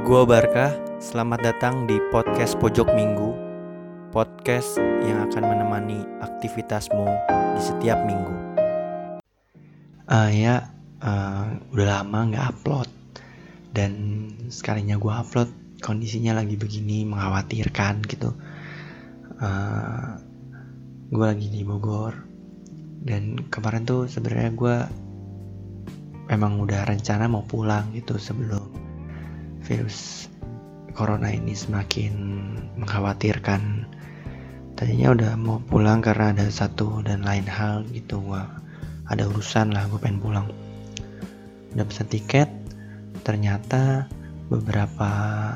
Gua Barkah, selamat datang di podcast Pojok Minggu. Podcast yang akan menemani aktivitasmu di setiap minggu. Udah lama gak upload. Dan sekalinya gua upload, kondisinya lagi begini, mengkhawatirkan gitu. Gue lagi di Bogor. Dan kemarin tuh sebenarnya gue memang udah rencana mau pulang gitu sebelum virus corona ini semakin mengkhawatirkan. Tadinya udah mau pulang karena ada satu dan lain hal gitu, gua ada urusan lah, gue pengen pulang. Udah pesan tiket, ternyata beberapa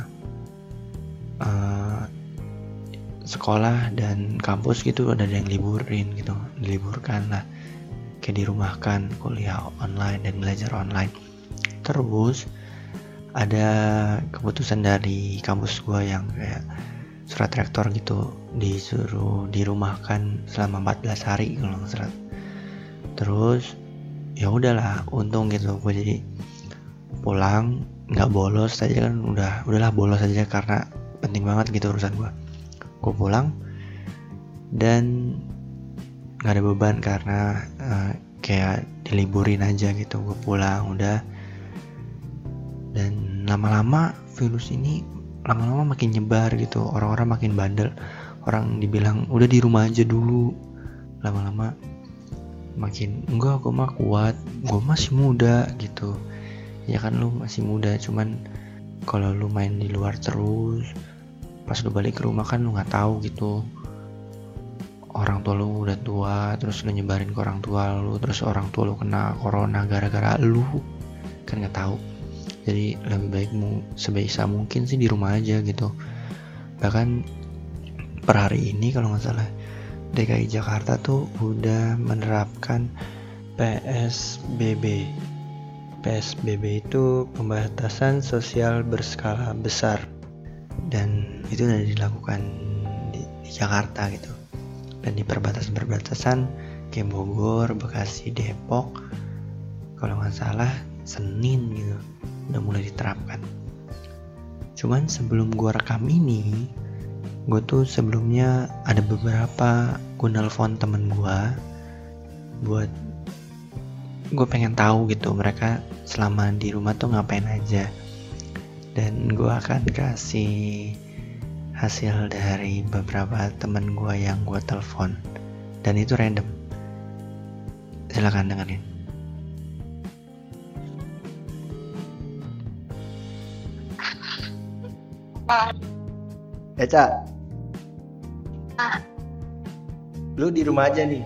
sekolah dan kampus gitu ada yang diliburkan lah, kayak dirumahkan, kuliah online dan belajar online. Terus ada keputusan dari kampus gue yang kayak surat rektor gitu, disuruh dirumahkan selama 14 hari kalau nggak salah. Terus ya udahlah, untung gitu gue jadi pulang, nggak bolos aja kan, udahlah bolos aja karena penting banget gitu urusan gue. Gue pulang dan nggak ada beban karena kayak diliburin aja gitu. Gue pulang udah. Dan lama-lama virus ini makin nyebar gitu, orang-orang makin bandel. Orang dibilang udah di rumah aja dulu, lama-lama makin enggak, gue mah kuat, gue masih muda gitu. Ya kan lu masih muda, cuman kalau lu main di luar terus, pas lu balik ke rumah kan lu nggak tahu gitu, orang tua lu udah tua, terus lu nyebarin ke orang tua lu, terus orang tua lu kena corona gara-gara lu, kan nggak tahu. Jadi lebih baik sebisa mungkin sih di rumah aja gitu. Bahkan per hari ini kalau nggak salah DKI Jakarta tuh udah menerapkan PSBB. PSBB itu pembatasan sosial berskala besar, dan itu udah dilakukan di Jakarta gitu. Dan di perbatasan kayak Bogor, Bekasi, Depok, kalau nggak salah Senin gitu udah mulai diterapkan. Cuman sebelum gue rekam ini, gue tuh sebelumnya ada beberapa, gue nelfon temen gue buat gue pengen tahu gitu mereka selama di rumah tuh ngapain aja. Dan gue akan kasih hasil dari beberapa temen gue yang gue telepon, dan itu random. Silakan dengerin. Eca, lu di rumah aja nih?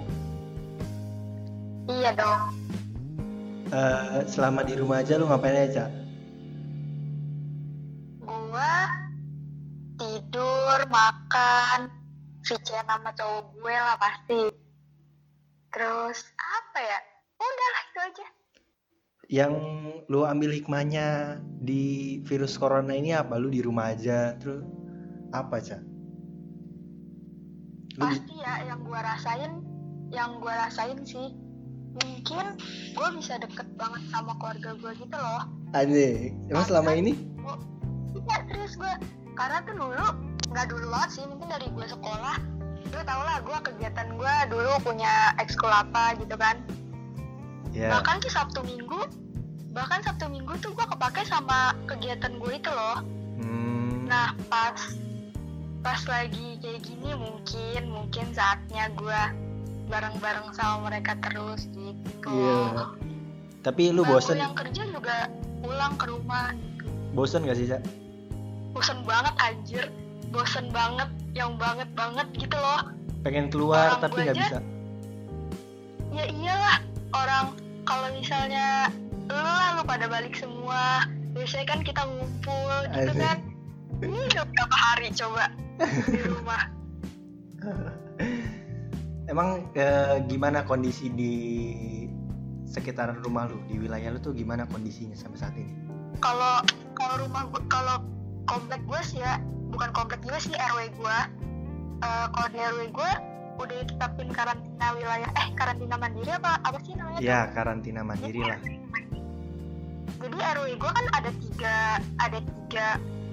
Iya dong. Selama di rumah aja lu ngapain aja? Gua tidur, makan, VCN sama cowok gue lah pasti. Terus apa ya? Udah lah, itu aja. Yang lu ambil hikmahnya di virus corona ini apa? Lu di rumah aja, terus apa, Ca? Pasti ya yang gue rasain sih, mungkin gue bisa deket banget sama keluarga gue gitu loh. Anjir, emang selama ini? Iya, serius gue. Karena tuh nggak dulu banget sih, mungkin dari gue sekolah. Lu tau lah, gue kegiatan gue dulu punya ekskul apa gitu kan. Yeah. Bahkan Sabtu Minggu tuh gue kepake sama kegiatan gue itu loh. Nah pas lagi kayak gini mungkin saatnya gue bareng-bareng sama mereka terus gitu. Iya. Tapi lu bosen? Yang kerja juga pulang ke rumah gitu. Bosen gak sih, Cak? Bosen banget anjir. Bosen banget, yang banget gitu loh. Pengen keluar orang tapi gak bisa. Ya iyalah, orang kalau misalnya lu pada balik semua, biasanya kan kita ngumpul gitu kan. Ini udah berapa hari coba di rumah. Emang gimana kondisi di sekitar rumah lu, di wilayah lu tuh gimana kondisinya sampai saat ini? Kalau komplek gue sih ya, bukan komplek juga sih, RW gue. Kalau di RW gue udah ditetapin karantina wilayah, karantina mandiri apa sih namanya? Ya, karantina mandiri lah. Jadi RW gue kan ada tiga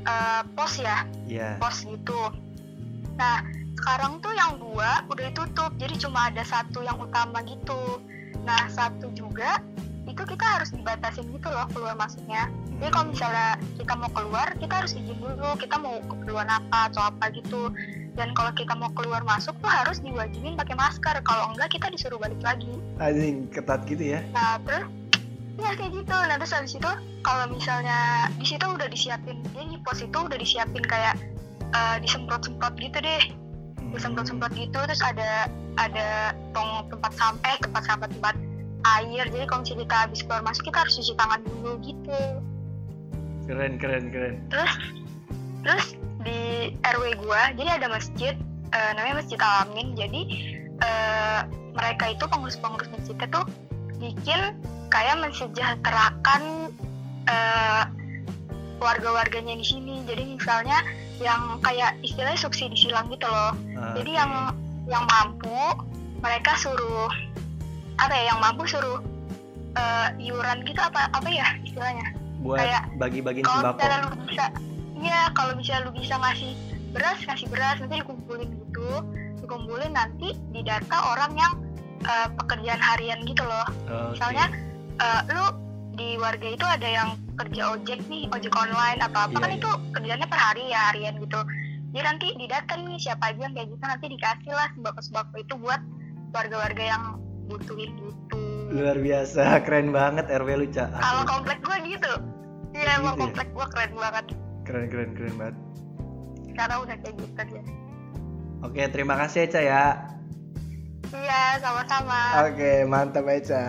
pos ya, pos gitu. Nah sekarang tuh yang 2 udah ditutup, jadi cuma ada 1 yang utama gitu. Nah 1 juga itu kita harus dibatasin gitu loh keluar masuknya. Jadi kalau misalnya kita mau keluar, kita harus izin dulu kita mau keperluan apa atau apa gitu. Dan kalau kita mau keluar masuk tuh harus diwajibin pakai masker. Kalau enggak kita disuruh balik lagi. Anjing, ketat gitu ya? Nah terus ya kayak gitu. Nah terus habis itu kalau misalnya di situ udah disiapin, jadi pos itu udah disiapin kayak disemprot-semprot gitu deh. Disemprot-semprot gitu, terus ada tempat sampah, tempat air. Jadi kalau misalnya kita habis keluar masuk kita harus cuci tangan dulu gitu. Keren. Terus di RW gua jadi ada masjid, namanya Masjid Al-Amin. Jadi mereka itu pengurus masjidnya tuh bikin kayak mensejahterakan warga-warganya di sini. Jadi misalnya yang kayak istilahnya subsidi silang gitu loh. Jadi yang mampu mereka suruh yang mampu suruh iuran gitu apa ya istilahnya, buat kayak bagi-bagiin sembako. Kalau misalnya lu bisa ngasih beras nanti dikumpulin nanti didata orang yang pekerjaan harian gitu loh. Misalnya lu di warga itu ada yang kerja ojek online apa kan itu kerjanya per hari ya, harian gitu. Jadi nanti didata nih siapa aja yang kayak gitu, nanti dikasih lah sembako itu buat warga-warga yang butuhin gitu. Luar biasa, keren banget RW lu, Ca. Kalau komplek gua gitu. Iya, emang komplek gua keren banget. Keren banget. Sekarang udah kayak gitu aja. Oke, terima kasih ya, Ca ya. Iya, sama-sama. Oke, mantap ya, Ca.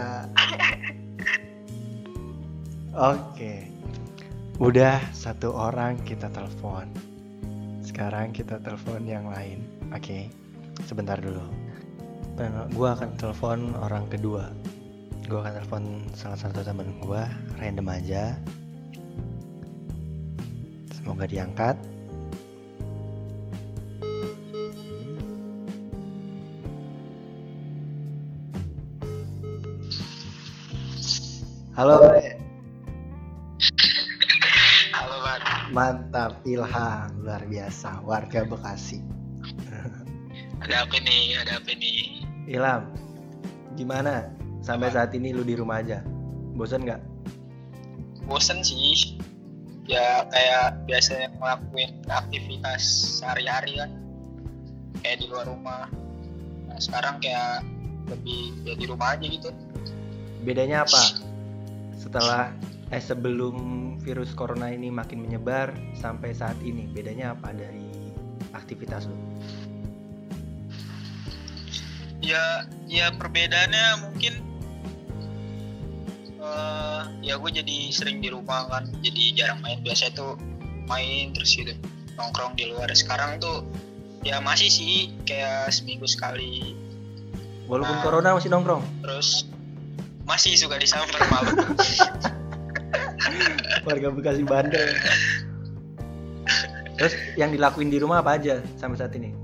Oke. Udah 1 orang kita telepon. Sekarang kita telepon yang lain. Oke. Sebentar dulu. Gue akan telepon orang kedua. Gue akan telepon salah satu teman gue, random aja. Semoga diangkat. Halo, Bre. Halo, Bang. Mantap, Ilham, luar biasa, warga Bekasi. Ada apa nih? Ilham, gimana? Sampai saat ini lu di rumah aja? Bosan nggak? Bosan sih. Ya kayak biasanya ngelakuin aktivitas sehari-hari kan, kayak di luar rumah. Nah sekarang kayak lebih ya di rumah aja gitu. Bedanya apa? Sebelum virus corona ini makin menyebar sampai saat ini, bedanya apa dari aktivitas lu? Ya perbedaannya mungkin ya gue jadi sering di rumah kan, jadi jarang main. Biasa tuh main terus gitu, nongkrong di luar. Sekarang tuh ya masih sih kayak seminggu sekali. Walaupun corona masih nongkrong? Terus masih suka disamper malu. Warga Bekasi bandel. Terus yang dilakuin di rumah apa aja sampai saat ini?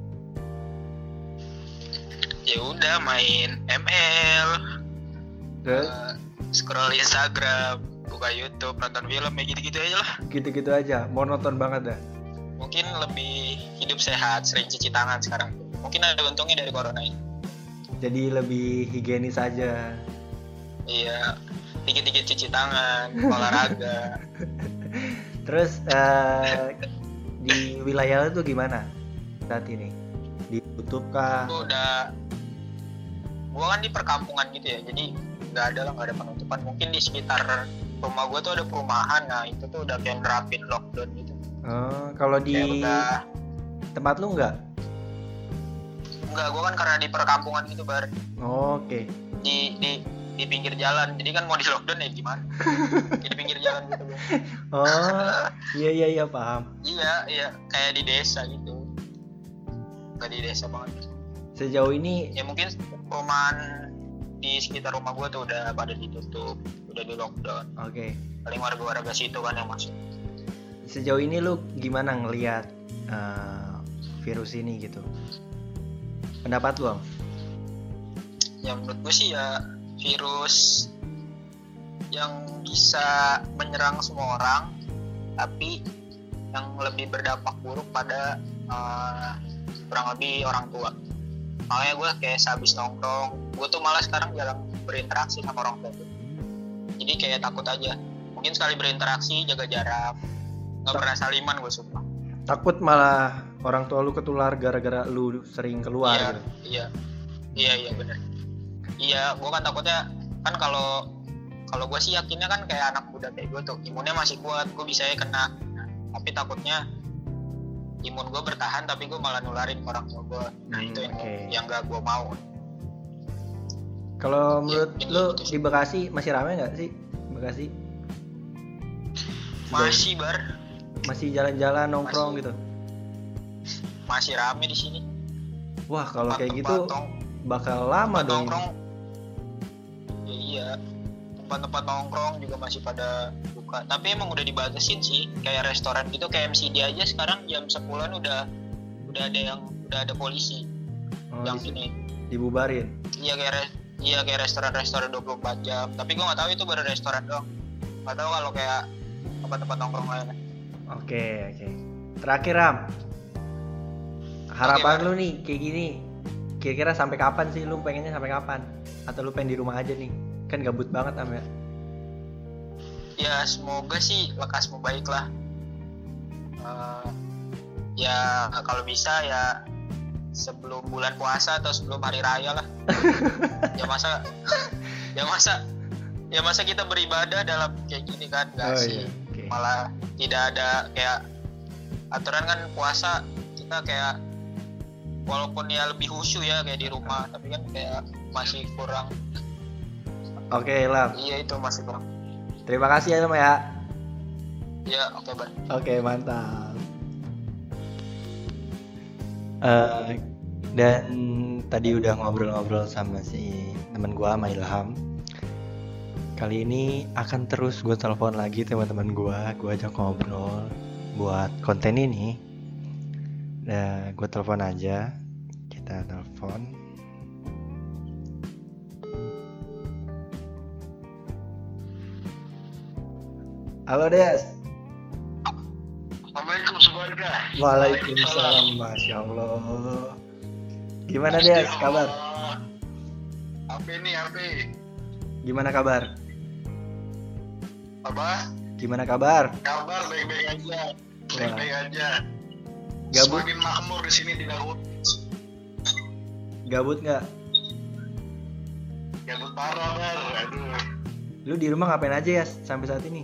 Ya udah main ML, scroll Instagram, buka YouTube, nonton film, ya gitu-gitu aja lah. Gitu-gitu aja, monoton banget dah. Mungkin lebih hidup sehat, sering cuci tangan sekarang. Mungkin ada untungnya dari corona ini. Jadi lebih higienis aja. Iya, dikit-dikit cuci tangan, olahraga. Terus di wilayah lu tuh gimana saat ini? Ditutup kah? Gua kan di perkampungan gitu ya, jadi nggak ada penutupan. Mungkin di sekitar rumah gua tuh ada perumahan, nah itu tuh udah kayak nerapin lockdown gitu. Kalau di tempat lu nggak? Enggak, gua kan karena di perkampungan gitu, Bar. Oke. Di pinggir jalan, jadi kan mau di lockdown ya gimana? Di pinggir jalan gitu. Iya paham. Iya, kayak di desa gitu. Nggak di desa banget. Sejauh ini ya mungkin perumahan di sekitar rumah gue tuh udah pada ditutup, udah di lockdown. Oke. Paling warga-warga situ kan yang masuk. Sejauh ini lu gimana ngelihat virus ini gitu? Pendapat lu, Om? Ya menurut gue sih ya virus yang bisa menyerang semua orang, tapi yang lebih berdampak buruk pada kurang lebih orang tua. Makanya gue kayak sehabis nongkrong, gue tuh malah sekarang jarang berinteraksi sama orang tua tuh. Jadi kayak takut aja. Mungkin sekali berinteraksi jaga jarak, nggak pernah saliman gue sumpah. Takut malah orang tua lu ketular gara-gara lu sering keluar gitu. Iya benar. Iya, gue kan takutnya kan kalau gue sih yakinnya kan kayak anak muda kayak gue tuh imunnya masih kuat, gue bisa ya kena. Tapi takutnya imun gue bertahan tapi gue malah nularin ke orang tua gue. Nah itu yang gak gue mau. Kalau menurut lu gitu di Bekasi masih ramai nggak sih Bekasi? Masih bar. Masih jalan-jalan nongkrong gitu. Masih rame di sini. Wah kalau kayak gitu bakal lama dong. Nongkrong. Iya. Tempat-tempat nongkrong juga masih pada buka. Tapi emang udah dibatasin sih. Kayak restoran gitu, kayak MCD aja sekarang jam 10-an udah ada polisi. Yang ini dibubarin. Iya kayak restoran 24 jam. Tapi gue nggak tahu itu baru restoran doang. Nggak tahu kalau kayak tempat-tempat nongkrong lainnya. Oke. Terakhir Ram, harapan lu nih kayak gini. Kira-kira sampai kapan sih lu pengennya sampai kapan? Atau lu pengen di rumah aja nih? Kan gabut banget Am ya. Ya semoga sih lekas membaik lah. Ya kalau bisa ya sebelum bulan puasa atau sebelum hari raya lah. ya masa kita beribadah dalam kayak gini kan nggak sih. Okay. Malah tidak ada kayak aturan kan puasa kita kayak walaupun ya lebih khusyuk ya kayak di rumah tapi kan kayak masih kurang. Oke, Lam. Iya itu masih kurang. Terima kasih ya Lam ya. Ya oke Bang. Oke mantap. Dan tadi udah ngobrol-ngobrol sama si teman gue sama Ilham. Kali ini akan terus gue telepon lagi teman-teman gue ajak ngobrol buat konten ini. Nah, gue telepon aja. Kita telepon. Halo Des. Assalamualaikum sekeluarga. Waalaikumsalam. Masya Allah. Gimana Des kabar? Apa? Gimana kabar? Apa? Gimana kabar? Kabar baik-baik aja. Baik-baik aja. Gabut? Semakin makmur di sini di Garut. Gabut nggak? Gabut parah Bar. Aduh. Lu di rumah ngapain aja ya sampai saat ini?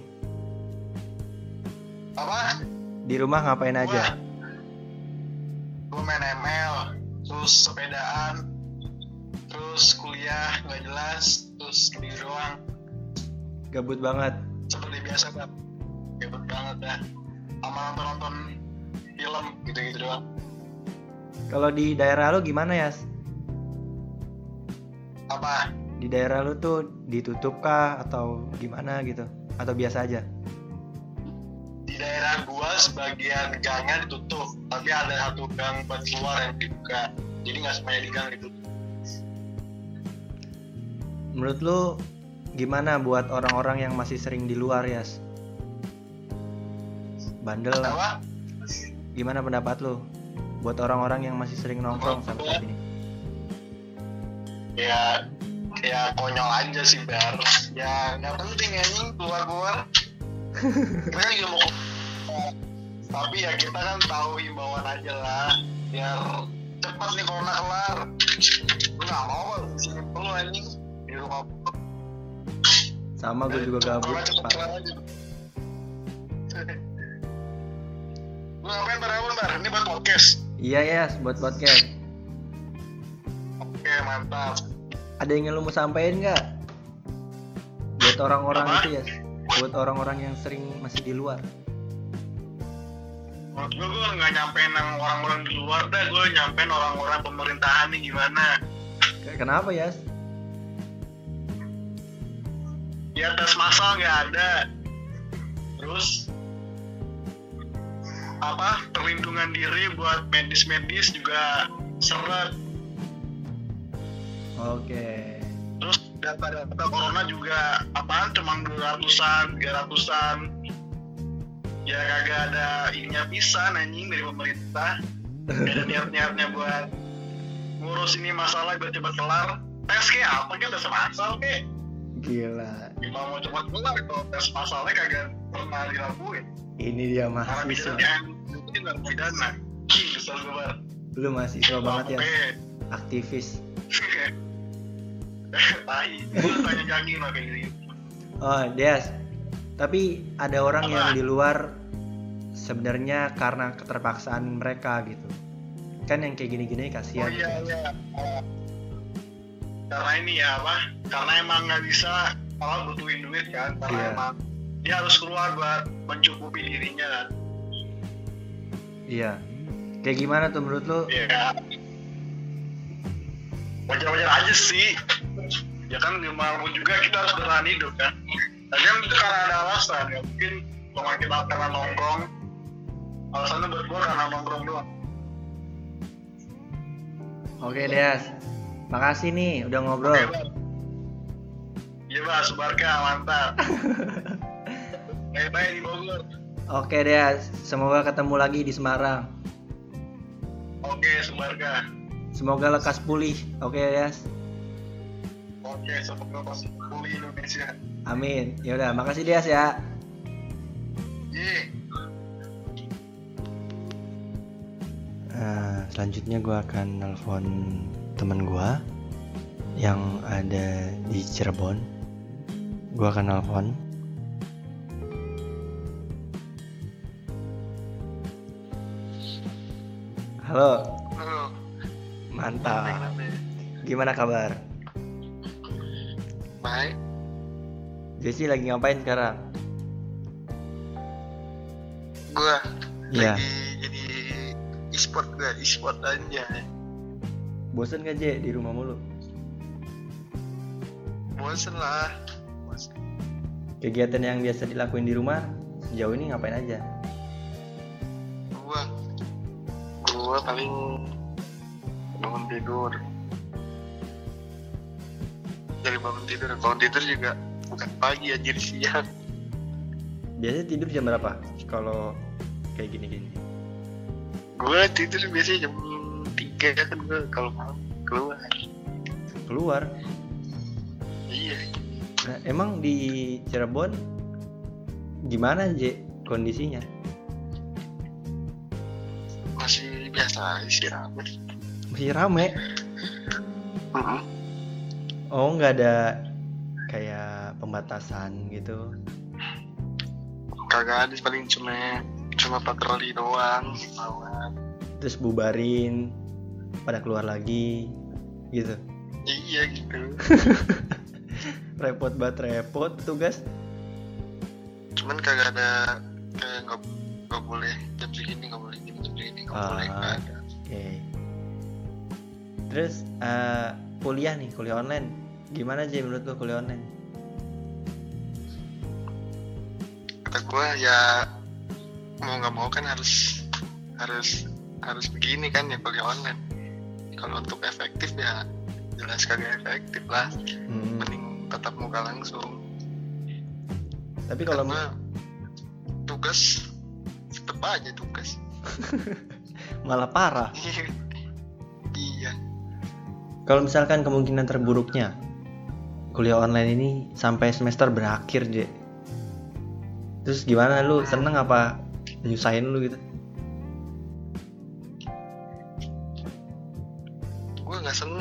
Apa? Di rumah ngapain aja? Gue main ML, terus sepedaan, terus kuliah nggak jelas, terus gini doang. Gabut banget. Seperti biasa Bang. Gabut banget dah. Sama nonton film gitu-gitu doang. Kalau di daerah lu gimana ya? Apa? Di daerah lu tuh ditutup kah atau gimana gitu? Atau biasa aja? Di daerah gua sebagian gangnya ditutup, tapi ada satu gang buat keluar yang dibuka. Jadi nggak semuanya di gang ditutup. Menurut lu gimana buat orang-orang yang masih sering di luar ya? Bandel lah. Apa? Gimana pendapat lu buat orang-orang yang masih sering nongkrong sampai saat ini? Ya konyol aja sih Bar. Ya nggak penting anjing keluar. Kita juga mau tapi ya kita kan tahu himbauan aja lah biar cepat nih corona kelar. Gue nggak mau di sini dulu anjing di rumah. Sama gue juga gabut. Cepet kelar aja. Lu ngapain Bar? Ini buat podcast. Iya ya, buat podcast. Oke mantap. Ada yang lu mau sampein nggak? Buat orang-orang Apa? itu ya? Buat orang-orang yang sering masih di luar. Menurut gue nggak nyampein orang-orang di luar dah, gue nyampein orang-orang pemerintahan nih gimana. Kenapa ya? Ya tes massal nggak ada. Terus perlindungan diri buat medis juga seret. Oke. Terus data corona juga apaan cuma 200-an, 300-an. ya kagak ada ininya pisan anjing dari pemerintah. Gak ada niat-niatnya buat ngurus ini masalah biar cepat kelar. Tes kayak apa kan tes masal kayak Gila. Gimana mau cepat kelar kalau tes masalahnya kagak pernah dilakuin. Ini dia mahasiswa. Mungkin nggak pidana. Kesel gue banget. Lu mahasiswa banget ya. Aktivis. Tai. Gue tanya Jangin lah kayak gitu. Oh, Des. Tapi ada orang yang di luar sebenarnya karena keterpaksaan mereka gitu. Kan yang kayak gini-gini kasihan. Oh iya. Karena ini ya apa? Karena emang nggak bisa butuhin duit kan. Karena emang dia harus keluar buat mencukupi dirinya kan. Iya. Kayak gimana tuh menurut lu? Iya. Wajar-wajar aja sih. Ya kan gimana juga kita harus bertahan hidup kan. Tapi kan itu karena ada alasan ya. Mungkin kalau kita karena nongkrong. Alasannya buat gua karena nongkrong doang. Oke, Des. Makasih nih udah ngobrol. Iya, Bang, Subarka mantap. Bye-bye di Bogor. Oke, Des. Semoga ketemu lagi di Semarang. Oke, Subarka. Semoga lekas pulih. Oke, Des. Oke, semoga pasti pulih Indonesia. Amin. Ya udah, makasih Des ya. Iya. Selanjutnya gue akan nelpon temen gue yang ada di Cirebon. Gue akan nelpon. Halo. Halo. Mantap. Gimana kabar? Baik. Jesse lagi ngapain sekarang? Gua Iya. lagi jadi e-sport aja. Bosen gak Je di rumah mulu? Bosen lah. Kegiatan yang biasa dilakuin di rumah sejauh ini ngapain aja? Gua paling bangun tidur. Dari bangun tidur juga bukan pagi anjir, siang. Biasanya tidur jam berapa? Kalau kayak gini-gini. Gua tidur biasanya jam 3 kan, gua kalau malam keluar. Iya. Nah, emang di Cirebon gimana Je kondisinya? Masih biasa sih, rame. Masih rame? Oh, nggak ada kayak pembatasan gitu? Kagak ada, paling cuma patroli doang lawan. Terus bubarin, pada keluar lagi gitu? Iya gitu. Repot tugas. Cuman kagak ada kayak nggak boleh jam segini, nggak boleh jam segini, nggak boleh, nggak ada. Oke. Terus kuliah online gimana aja menurut lo kuliah online? Kata gue ya mau nggak mau kan harus begini kan ya, kuliah online. Kalau untuk efektif ya jelas kagak efektif lah. Mending tetap muka langsung. Tapi kalau tugas tetap aja tugas. Malah parah. Iya. Kalau misalkan kemungkinan terburuknya kuliah online ini sampai semester berakhir, Je. Terus gimana, lu seneng apa nyusahin lu gitu? Gue nggak seneng.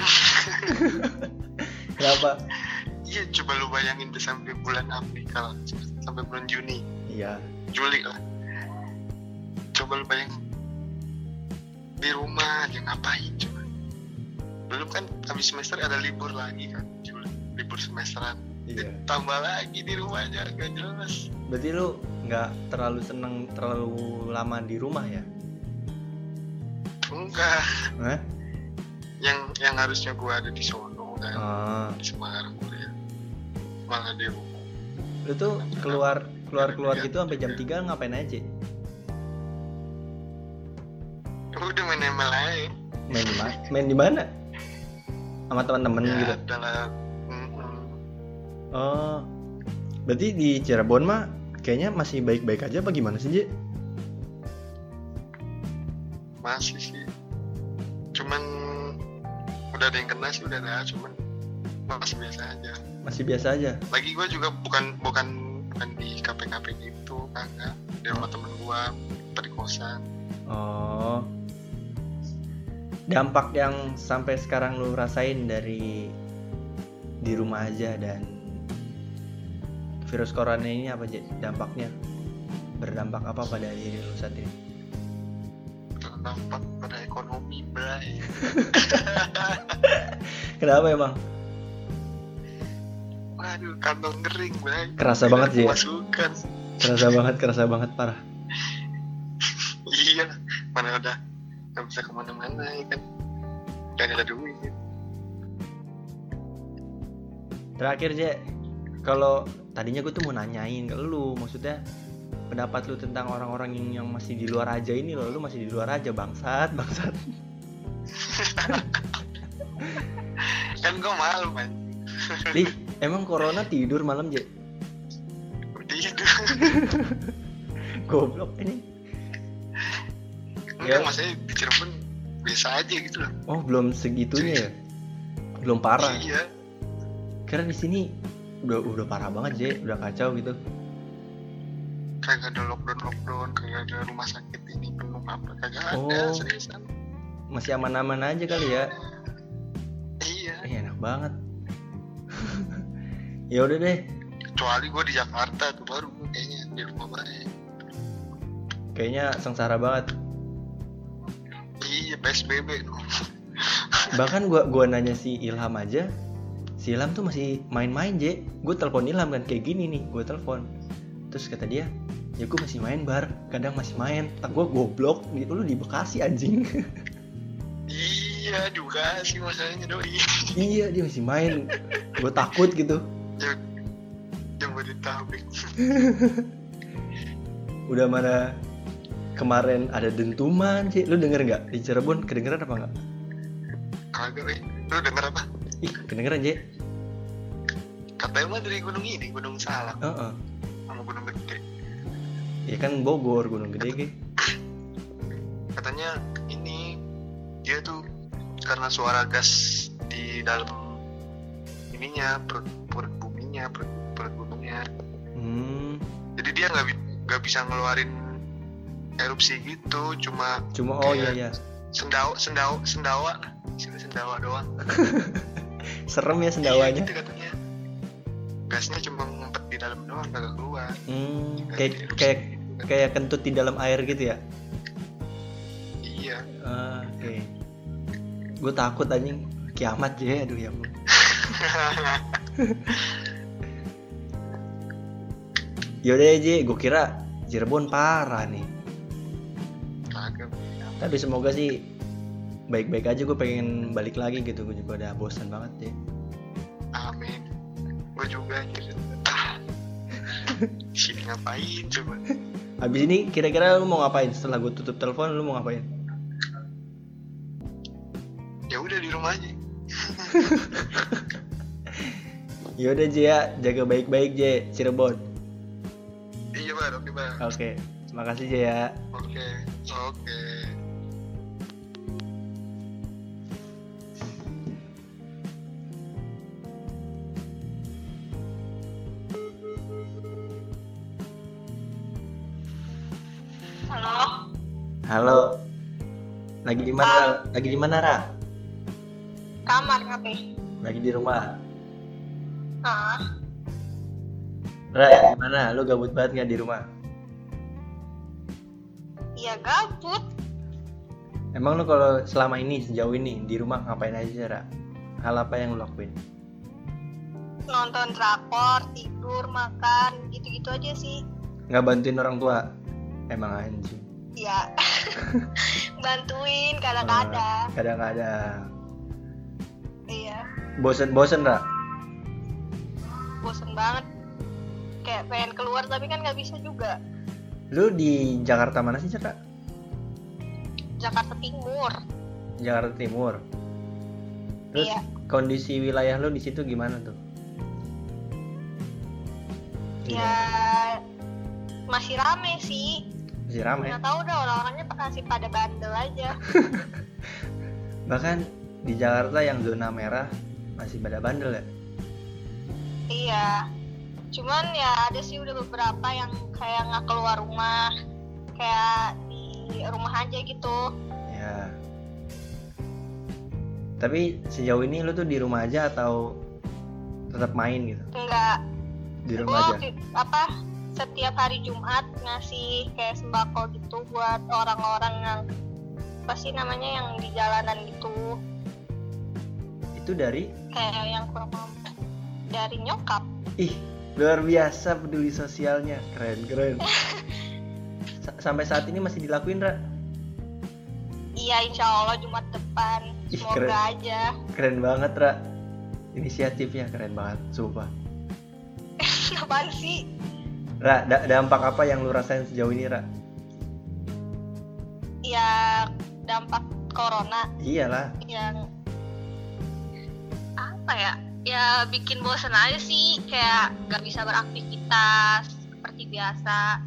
Kenapa? Iya, coba lu bayangin deh sampai bulan April, sampai bulan Juni. Iya. Juli lah. Coba lu bayangin di rumah aja ngapain coba. Belum kan habis semester ada libur lagi kan, Juli, libur semesteran. Iya. Tambah lagi di rumah aja gak jelas. Berarti lu nggak terlalu seneng terlalu lama di rumah ya? Enggak. Hah? Yang harusnya gua ada di Solo kan, di Semarang kuliah, malah di rumah. Lu tuh keluar gitu sampai jam 3 ngapain aja? Udah main ML aja. Main di mana? Sama teman-teman ya, gitu. Adalah, Oh. Berarti di Cirebon mah kayaknya masih baik-baik aja apa gimana sih, Je? Masih sih, cuman udah ada yang kena sih, udah ada, cuman masih biasa aja. Masih biasa aja. Lagi gue juga bukan di kafe-kafe gitu, kagak. Di rumah temen gue, di kosan. Oh. Dampak yang sampai sekarang lu rasain dari di rumah aja dan virus corona ini apa, Je? Dampaknya berdampak apa pada diri lu saat ini? Berdampak pada ekonomi, bray. Kenapa emang? Waduh, kantong kering, bray. Kerasa banget sih. Masukan. Kerasa banget parah. Iya, mana udah nggak bisa kemana-mana ya kan, dan ada duit. Terakhir, Je, kalau tadinya gue tuh mau nanyain ke lu, maksudnya pendapat lu tentang orang-orang yang masih di luar aja ini loh. Lu masih di luar aja, bangsat. Kan gue malu, man. Ih, emang corona tidur malam, Je? Tidur. Goblok ini. Enggak, maksudnya di Cirebon biasa aja gitu loh. Oh, belum segitunya ya? Belum parah. Iya. Karena di sini udah parah banget, Je, udah kacau gitu. Kagak ada lockdown, kagak ada rumah sakit ini penuh apa, kagak Oh. ada, seriusan. Masih aman-aman aja kali ya. Iya. Enak banget. Ya udah deh. Kecuali gue di Jakarta tuh baru gue kayaknya di rumah baik. Kayaknya sengsara banget. Iya, PSBB tuh. Bahkan gua nanya si Ilham aja. Si Ilham tuh masih main-main, Je. Gue telepon Ilham kan kayak gini nih, gue telepon. Terus kata dia, ya gue masih main bar, kadang masih main. Tak gue goblok, lu di Bekasi anjing. Iya, juga sih masalahnya doi. Iya, dia masih main. Gue takut gitu. Jangan ditabik. Udah mana kemarin ada dentuman sih, lu denger nggak di Cirebon? Kedengeran apa nggak? Kagak, lu denger apa? Ih, kedengeran, Je. Katanya mah dari gunung ini, Gunung Salak, sama Gunung Gede. Ya kan Bogor, Gunung Gede ke. Katanya ini dia tuh karena suara gas di dalam ininya, perut buminya, perut gunungnya. Jadi dia nggak bisa ngeluarin erupsi gitu, cuma oh iya. sendawa doang. Serem ya sendawanya. Iya, gitu katanya. Gasnya cuma ngumpet di dalam doang, kagak keluar. Kayak kentut di dalam air gitu ya. Iya. Oke. Gue takut anjing, kiamat, Je. Aduh ya ampun. Yaudah ya, Je, gue kira Cirebon parah nih. Kagak. Tapi semoga sih baik-baik aja. Gue pengen balik lagi gitu, gue juga udah bosan banget, Je. Amin. Gue juga anjir. Sini ngapain coba? Abis ini kira-kira lu mau ngapain? Setelah gue tutup telepon, lu mau ngapain? Ya udah di rumah aja. Yaudah, Je, ya, jaga baik-baik, Je, Cirebon. Iya, Bar, oke, Bar. Oke, makasih, Je, ya. Oke. Halo, Lagi di mana? Lagi di mana, Ra? kamar ngapain? Lagi di rumah. Ah, Ra, gimana? Lu gabut banget nggak di rumah? iya gabut. Emang lu kalau selama ini, sejauh ini, di rumah ngapain aja, Ra? Hal apa yang lu lakuin? Nonton drakor, tidur, makan, gitu-gitu aja sih. Nggak bantuin orang tua? Emang anjing. Iya. Bantuin kadang-kadang. Kadang-kadang. Iya, Bosen, Ra? bosen banget. Kayak pengen keluar tapi kan nggak bisa juga. Lu di Jakarta mana sih, Ra? Jakarta Timur. Jakarta Timur. Terus Iya. kondisi wilayah lu di situ gimana tuh? Ya masih rame sih. Masih rame. Nggak tahu udah orang-orangnya masih pada bandel aja. Bahkan di Jakarta yang zona merah masih pada bandel ya. Iya. Cuman ya ada sih udah beberapa yang kayak nggak keluar rumah, kayak di rumah aja gitu. Ya. Tapi sejauh ini lu tuh di rumah aja atau tetap main gitu? Enggak. Di rumah aja. Setiap hari Jumat ngasih kayak sembako gitu buat orang-orang yang pasti namanya yang di jalanan gitu. Itu dari? Kayak yang kurang mampu. Dari nyokap. Ih, luar biasa peduli sosialnya. Keren. Sampai saat ini masih dilakuin, Ra? Iya, insya Allah Jumat depan. Semoga keren. Aja. Keren banget, Ra. Inisiatifnya keren banget, sumpah. Apaan sih? Ra, dampak apa yang lu rasain sejauh ini, Ra? Ya, dampak corona. Iyalah. Yang apa ya? Ya bikin bosan aja sih, kayak gak bisa beraktivitas seperti biasa.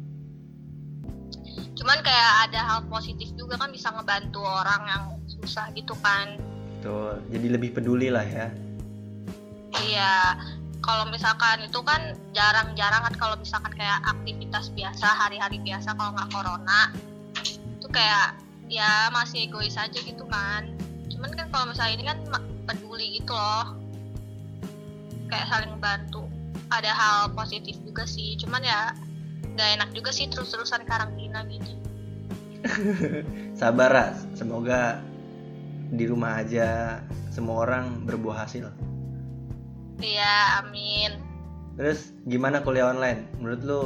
Cuman kayak ada hal positif juga kan, bisa ngebantu orang yang susah gitu kan. Betul, jadi lebih peduli lah ya. Iya, kalau misalkan itu kan jarang-jarang kan, kalau misalkan kayak aktivitas biasa, hari-hari biasa kalau nggak corona itu kayak ya masih egois aja gitu kan. Cuman kan kalau misalnya ini kan peduli gitu loh, kayak saling membantu. Ada hal positif juga sih, cuman ya gak enak juga sih terus-terusan karantina gini. Sabar, Ra. Semoga di rumah aja semua orang berbuah hasil. Iya, amin. Terus gimana kuliah online? Menurut lu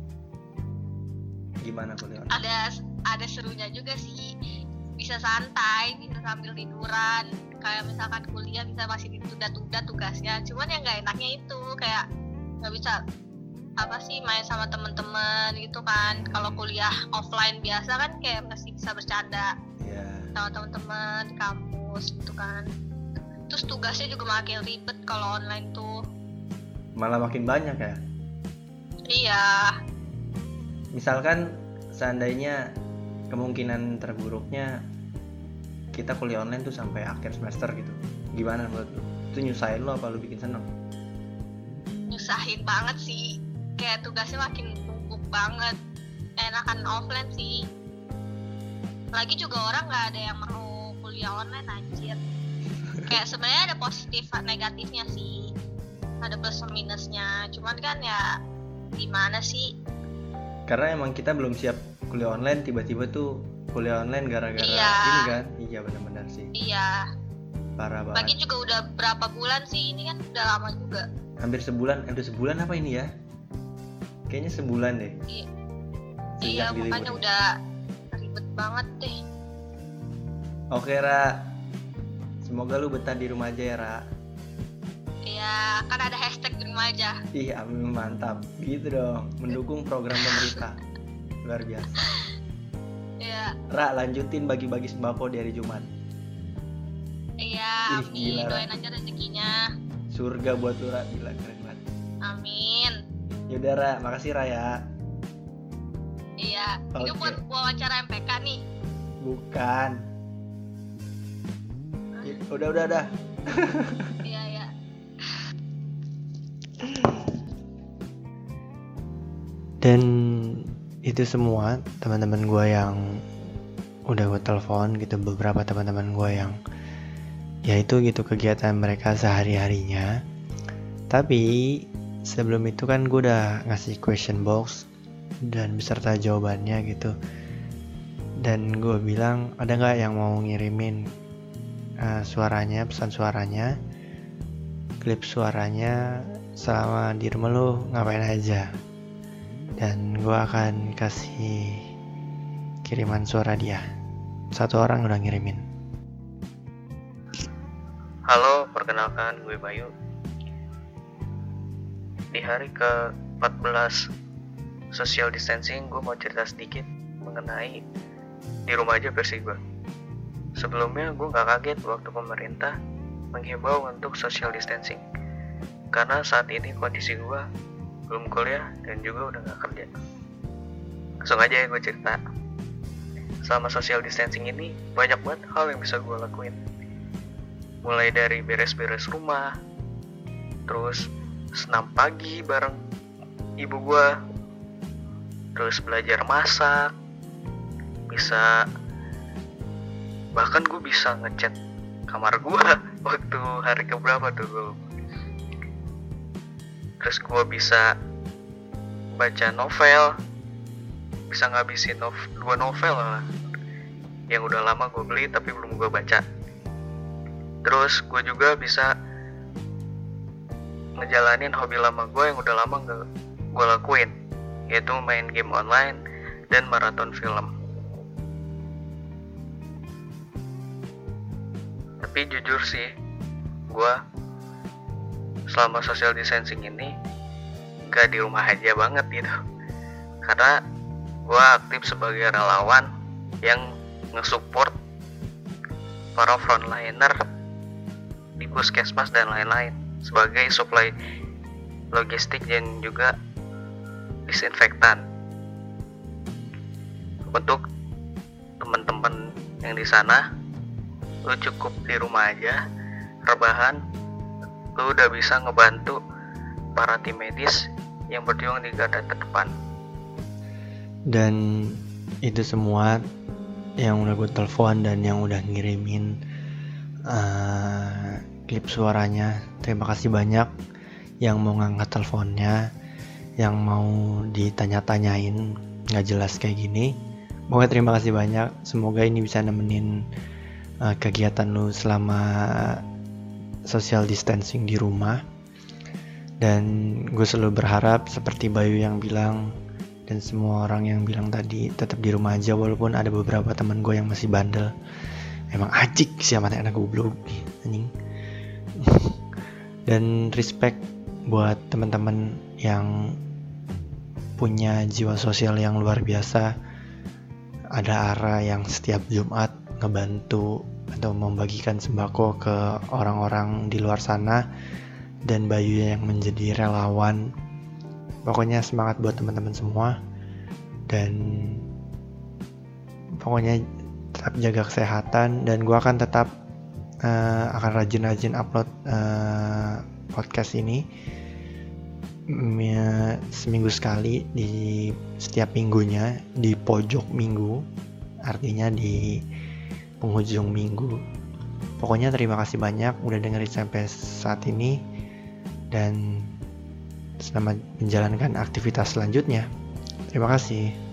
gimana kuliah online? Ada serunya juga sih. Bisa santai, bisa sambil tiduran. Kayak misalkan kuliah bisa masih ditunda-tunda tugasnya. Cuman yang gak enaknya itu kayak gak bisa main sama teman-teman gitu kan. Kalau kuliah offline biasa kan kayak masih bisa bercanda sama teman-teman di kampus gitu kan. Terus tugasnya juga makin ribet kalau online tuh. Malah makin banyak ya? Iya. Misalkan seandainya kemungkinan terburuknya kita kuliah online tuh sampai akhir semester gitu, gimana menurut lu? Itu nyusahin lo apa lu bikin seneng? Nyusahin banget sih, kayak tugasnya makin numpuk banget. Enakan offline sih. Lagi juga orang nggak ada yang mau kuliah online anjir. Kayak sebenarnya ada positif negatifnya sih, ada plus minusnya. Cuman kan ya gimana sih? Karena emang kita belum siap kuliah online, tiba-tiba tuh kuliah online gara-gara ini kan. Iya benar-benar sih. Iya. Parah banget. Lagi juga udah berapa bulan sih, ini kan udah lama juga. Hampir sebulan, udah sebulan apa ini ya? Kayaknya sebulan deh. Iya, makanya udah ribet banget deh. Oke, Ra. Semoga lu betah di rumah aja ya, Ra. Iya, kan ada hashtag di rumah aja. Ih, amin, mantap. Gitu dong, mendukung program pemerintah. Luar biasa. Iya. Ra, lanjutin bagi-bagi sembako di hari Jumat. Iya, amin. Gila, doain aja rezekinya. Surga buat lu, Ra. Gila, keren banget. Amin. Yaudah, Ra. Makasih, Ra ya. Iya. Ini buat wawancara MPK nih. Bukan. Udah. Iya. Dan itu semua teman-teman gue yang udah gue telepon gitu, beberapa teman-teman gue yang ya itu gitu kegiatan mereka sehari-harinya. Tapi sebelum itu kan gue udah ngasih question box dan beserta jawabannya gitu. Dan gue bilang ada nggak yang mau ngirimin suaranya, pesan suaranya, klip suaranya selama di rumah lu ngapain aja. Dan gue akan kasih kiriman suara dia. Satu orang udah ngirimin. Halo, perkenalkan gue Bayu. Di hari ke-14 social distancing, gue mau cerita sedikit mengenai di rumah aja versi gue. Sebelumnya gue gak kaget waktu pemerintah menghimbau untuk social distancing, karena saat ini kondisi gue belum kuliah dan juga udah gak kerja. Langsung aja ya gue cerita. Selama social distancing ini banyak banget hal yang bisa gue lakuin. Mulai dari beres-beres rumah, terus senam pagi bareng ibu gue, terus belajar masak, bahkan gue bisa ngecat kamar gue waktu hari keberapa tuh gue. Terus gue bisa baca novel, bisa ngabisin 2 novel lah yang udah lama gue beli tapi belum gue baca. Terus gue juga bisa ngejalanin hobi lama gue yang udah lama gak gue lakuin, yaitu main game online dan maraton film. Tapi jujur sih, gue selama social distancing ini gak di rumah aja banget gitu, karena gue aktif sebagai relawan yang nge-support para frontliner di puskesmas dan lain-lain sebagai supply logistik dan juga disinfektan. Untuk teman-teman yang di sana, lu cukup di rumah aja, rebahan, lu udah bisa ngebantu para tim medis yang berjuang di garda terdepan. Dan itu semua yang udah gue telepon dan yang udah ngirimin klip suaranya, terima kasih banyak yang mau ngangkat teleponnya, yang mau ditanya-tanyain gak jelas kayak gini. Pokoknya terima kasih banyak, semoga ini bisa nemenin kegiatan lu selama social distancing di rumah. Dan gue selalu berharap seperti Bayu yang bilang dan semua orang yang bilang tadi, tetap di rumah aja, walaupun ada beberapa teman gue yang masih bandel. Emang ajik sih sama anak goblok anjing. Dan respect buat teman-teman yang punya jiwa sosial yang luar biasa. Ada Ara yang setiap Jumat ngebantu atau membagikan sembako ke orang-orang di luar sana, dan Bayu yang menjadi relawan. Pokoknya semangat buat teman-teman semua, dan pokoknya tetap jaga kesehatan, dan gue akan tetap akan rajin-rajin upload podcast ini seminggu sekali, di setiap minggunya di pojok minggu, artinya di penghujung minggu. Pokoknya terima kasih banyak udah dengerin sampai saat ini, dan selamat menjalankan aktivitas selanjutnya. Terima kasih.